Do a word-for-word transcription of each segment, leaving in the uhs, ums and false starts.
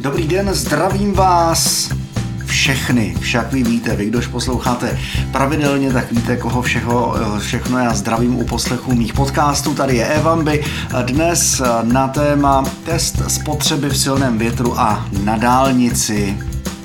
Dobrý den, zdravím vás všechny, však vy víte, vy kdož posloucháte pravidelně, tak víte, koho všeho, všechno já zdravím u poslechu mých podcastů. Tady je Evambi, dnes na téma test spotřeby v silném větru a na dálnici.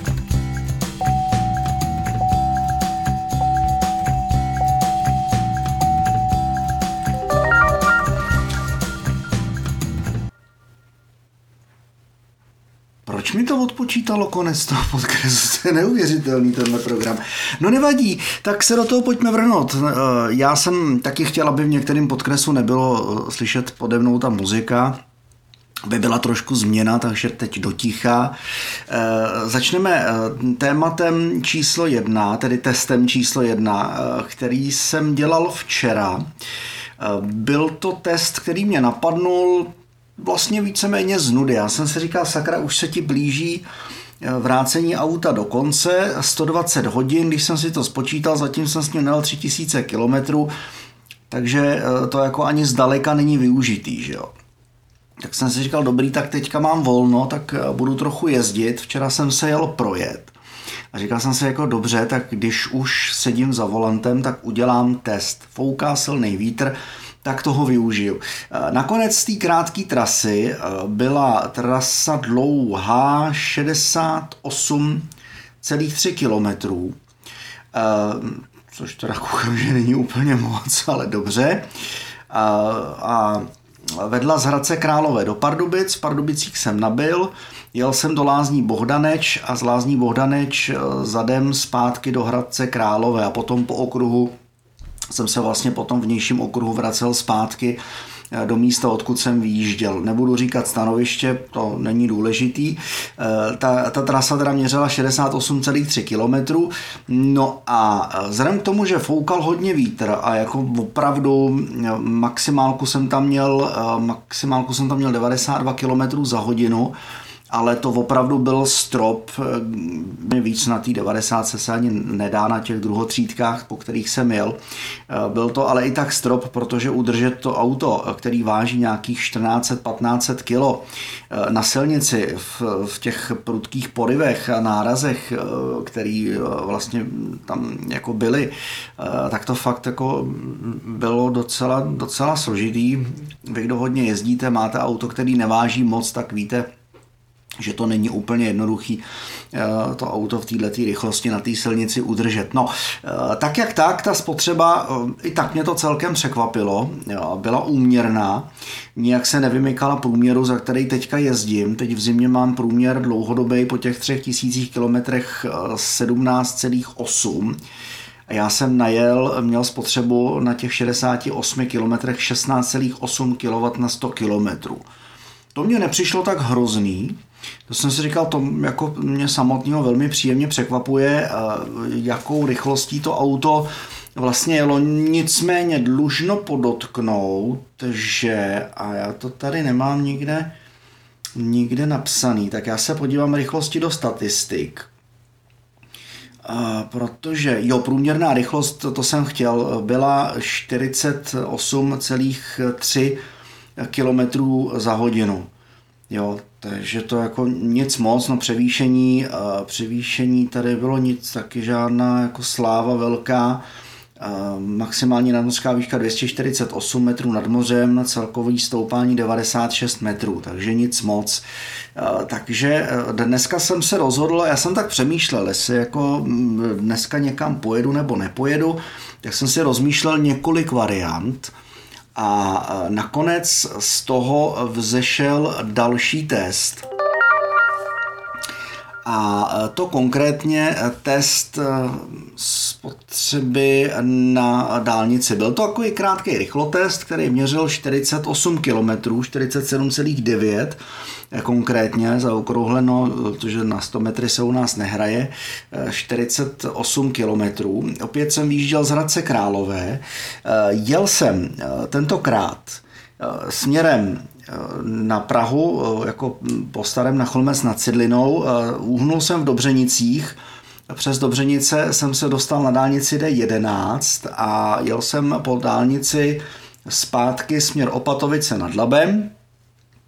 Proč mi to odpočítalo konec toho podcastu? To je neuvěřitelný tenhle program. No nevadí, tak se do toho pojďme vrhnout. Já jsem taky chtěl, aby v některém podcastu nebylo slyšet pode mnou ta muzika, aby byla trošku změna, takže teď doticha. Začneme tématem číslo jedna, tedy testem číslo jedna, který jsem dělal včera. Byl to test, který mě napadnul vlastně víceméně z nudy. Já jsem si říkal, sakra, už se ti blíží vrácení auta do konce, sto dvacet hodin, když jsem si to spočítal, zatím jsem s ním nejel tři tisíce kilometrů, takže to jako ani zdaleka není využitý, že jo. Tak jsem si říkal, dobrý, tak teďka mám volno, tak budu trochu jezdit. Včera jsem se jel projet a říkal jsem si jako dobře, tak když už sedím za volantem, tak udělám test. Fouká silný vítr, tak toho využiju. Nakonec z té krátké trasy byla trasa dlouhá šedesát osm celá tři kilometrů, což teda koukám, že není úplně moc, ale dobře. A vedla z Hradce Králové do Pardubic, v Pardubicích jsem nabil, jel jsem do Lázní Bohdaneč a z Lázní Bohdaneč zadem zpátky do Hradce Králové a potom po okruhu jsem se vlastně po tom vnějším okruhu vracel zpátky do místa, odkud jsem vyjížděl. Nebudu říkat stanoviště, to není důležitý. Ta, ta trasa teda měřila šedesát osm celá tři kilometrů. No a vzhledem k tomu, že foukal hodně vítr a jako opravdu maximálku jsem tam měl, maximálku jsem tam měl devadesát dva kilometrů za hodinu, ale to opravdu byl strop, víc na té devadesátce se ani nedá na těch druhotřídkách, po kterých jsem jel. Byl to ale i tak strop, protože udržet to auto, který váží nějakých čtrnáct set patnáct set kilo na silnici v, v těch prudkých porivech a nárazech, který vlastně tam jako byly, tak to fakt jako bylo docela, docela složitý. Vy, kdo hodně jezdíte, máte auto, který neváží moc, tak víte, že to není úplně jednoduchý to auto v této rychlosti na té silnici udržet. No, tak jak tak, ta spotřeba, i tak mě to celkem překvapilo, byla úměrná, nijak se nevymykala průměru, za který teďka jezdím. Teď v zimě mám průměr dlouhodobý po těch třech tisících kilometrech sedmnáct celá osm. Já jsem najel, měl spotřebu na těch šedesáti osmi kilometrech šestnáct celá osm kilowattů na sto kilometrů. To mě nepřišlo tak hrozný. To jsem si říkal, to jako mě samotného velmi příjemně překvapuje, jakou rychlostí to auto vlastně jelo. Nicméně dlužno podotknout, že, a já to tady nemám nikde, nikde napsaný, tak já se podívám rychlosti do statistik. Protože, jo, průměrná rychlost, to, to jsem chtěl, byla čtyřicet osm celá tři kilometrů za hodinu. Jo, takže to jako nic moc, no převýšení, převýšení tady bylo nic, taky žádná jako sláva velká, maximální nadmořská výška dvě stě čtyřicet osm metrů nad mořem, celkový stoupání devadesát šest metrů, takže nic moc. Takže dneska jsem se rozhodl, já jsem tak přemýšlel, jestli jako dneska někam pojedu nebo nepojedu, tak jsem si rozmýšlel několik variant. A nakonec z toho vzešel další test. A to konkrétně test spotřeby na dálnici. Byl to takový krátký rychlotest, který měřil čtyřicet osm kilometrů, čtyřicet sedm celá devět konkrétně zaokrouhleno, protože na sto metry se u nás nehraje, čtyřicet osm kilometrů. Opět jsem vyjížděl z Hradce Králové. Jel jsem tentokrát směrem na Prahu, jako po starém na Cholmec nad Cidlinou. Uhnul jsem v Dobřenicích. Přes Dobřenice jsem se dostal na dálnici D jedenáct a jel jsem po dálnici zpátky směr Opatovice nad Labem.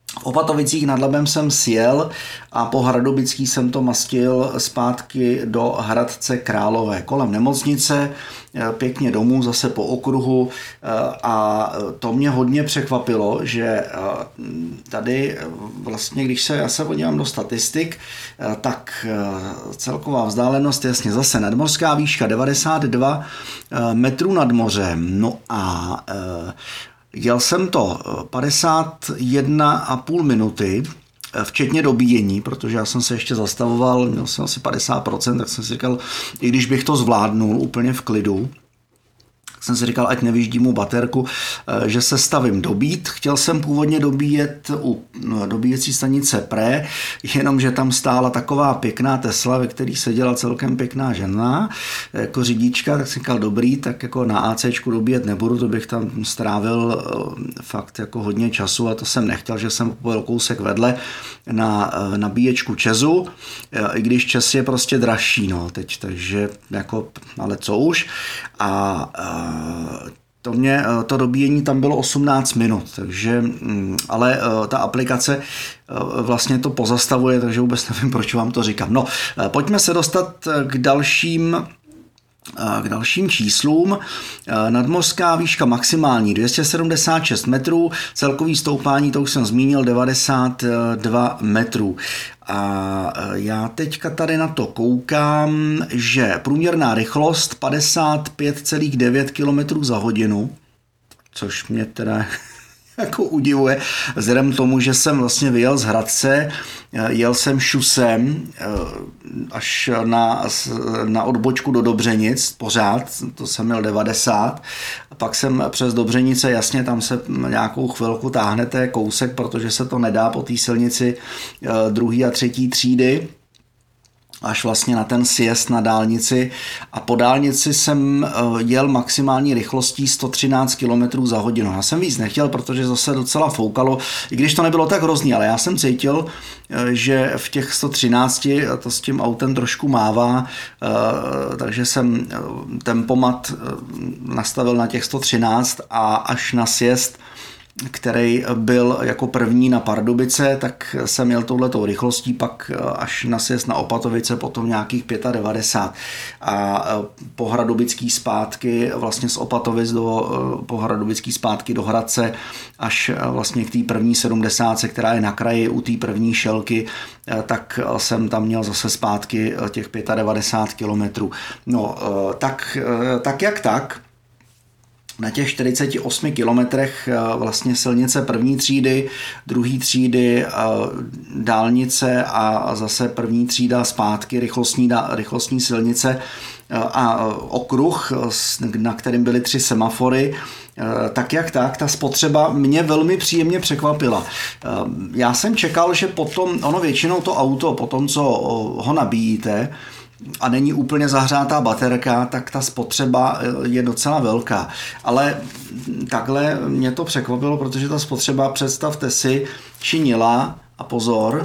V Opatovicích nad Labem jsem sjel a po Hradobický jsem to mastil zpátky do Hradce Králové kolem nemocnice, pěkně domů, zase po okruhu, a to mě hodně překvapilo, že tady vlastně, když se, já se podívám do statistik, tak celková vzdálenost, jasně zase nadmořská výška devadesát dva metrů nad mořem, no a jel jsem to padesát jedna a půl minuty, včetně dobíjení, protože já jsem se ještě zastavoval, měl jsem asi padesát procent, tak jsem si říkal, i když bych to zvládnul úplně v klidu, tak jsem si říkal, ať nevyždí mu baterku, že se stavím dobít. Chtěl jsem původně dobíjet u dobíjecí stanice Pré, jenomže tam stála taková pěkná Tesla, ve který seděla celkem pěkná žena jako řidička, tak jsem říkal, dobrý, tak jako na ACčku dobíjet nebudu, to bych tam strávil fakt jako hodně času a to jsem nechtěl, že jsem pojel kousek vedle na nabíječku Česu, i když Čes je prostě dražší, no, teď, takže jako, ale co už. A to mě, to dobíjení tam bylo osmnáct minut, takže, ale ta aplikace vlastně to pozastavuje, takže vůbec nevím, proč vám to říkám. No, pojďme se dostat k dalším K dalším číslům. Nadmořská výška maximální dvě stě sedmdesát šest metrů, celkový stoupání, to už jsem zmínil, devadesát dva metrů. A já teďka tady na to koukám, že průměrná rychlost padesát pět celá devět kilometrů za hodinu, což mě teda jako udivuje, vzhledem tomu, že jsem vlastně vyjel z Hradce, jel jsem šusem až na, na odbočku do Dobřenic, pořád, to jsem měl devadesát, a pak jsem přes Dobřenice, jasně, tam se nějakou chvilku táhnete kousek, protože se to nedá po té silnici druhé a třetí třídy, až vlastně na ten sjezd na dálnici, a po dálnici jsem jel maximální rychlostí sto třináct kilometrů za hodinu. Já jsem víc nechtěl, protože zase docela foukalo, i když to nebylo tak hrozný, ale já jsem cítil, že v těch sto třinácti to s tím autem trošku mává, takže jsem tempomat nastavil na těch sto třináct a až na sjezd, který byl jako první na Pardubice, tak jsem měl touhletou rychlostí, pak až na sjezd na Opatovice, potom nějakých devadesát pět a po Hradobický zpátky, vlastně z Opatovic do po Hradobický zpátky do Hradce, až vlastně k té první sedmdesátce, která je na kraji u té první šelky, tak jsem tam měl zase zpátky těch devadesát pět kilometrů. No, tak, tak jak tak, na těch čtyřiceti osmi kilometrech vlastně silnice první třídy, druhé třídy, dálnice a zase první třída zpátky, rychlostní, rychlostní silnice a okruh, na kterým byly tři semafory, tak jak tak, ta spotřeba mě velmi příjemně překvapila. Já jsem čekal, že potom, ono většinou to auto, potom co ho nabíjíte, a není úplně zahřátá baterka, tak ta spotřeba je docela velká. Ale takhle mě to překvapilo, protože ta spotřeba, představte si, činila, a pozor,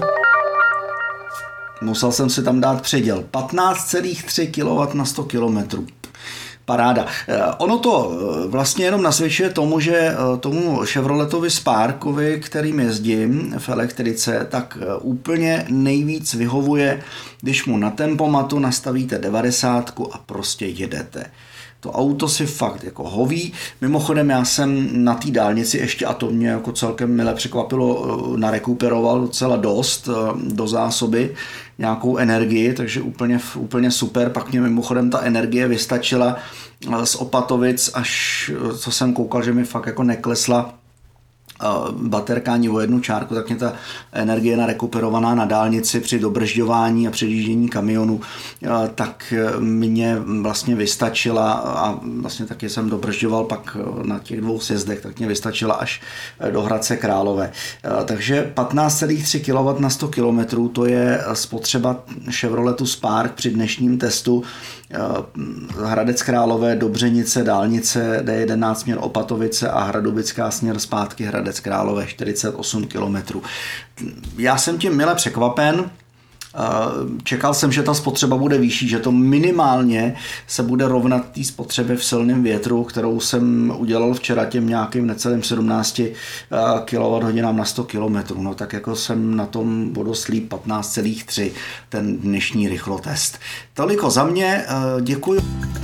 musel jsem si tam dát předěl, patnáct celá tři kilowattů na sto kilometrů. Paráda. Ono to vlastně jenom nasvědčuje tomu, že tomu Chevroletovi Sparkovi, kterým jezdím v elektrice, tak úplně nejvíc vyhovuje, když mu na tempomatu nastavíte devadesátku a prostě jedete. To auto si fakt jako hoví. Mimochodem já jsem na té dálnici ještě, a to mě jako celkem mile překvapilo, narekuperoval docela dost do zásoby nějakou energii, takže úplně, úplně super. Pak mě mimochodem ta energie vystačila z Opatovic, až co jsem koukal, že mi fakt jako neklesla baterka ani o jednu čárku, tak mě ta energie narekuperovaná na dálnici při dobržďování a předjíždění kamionu, tak mě vlastně vystačila, a vlastně taky jsem dobržďoval pak na těch dvou sjezdech, tak mě vystačila až do Hradce Králové. Takže patnáct celá tři kilowattů na sto kilometrů, to je spotřeba Chevroletu Spark při dnešním testu. Hradec Králové, Dobřenice, dálnice D jedenáct směr Opatovice a Hradobická směr zpátky Hradec Králové, čtyřicet osm kilometrů. Já jsem tím mile překvapen, Čekal jsem, že ta spotřeba bude vyšší, že to minimálně se bude rovnat té spotřebě v silném větru, kterou jsem udělal včera těm nějakým necelým sedmnácti kilowatthodinám na sto kilometrů. No tak jako jsem na tom vodoslíp patnáct celá tři ten dnešní rychlotest. Toliko za mě, děkuji.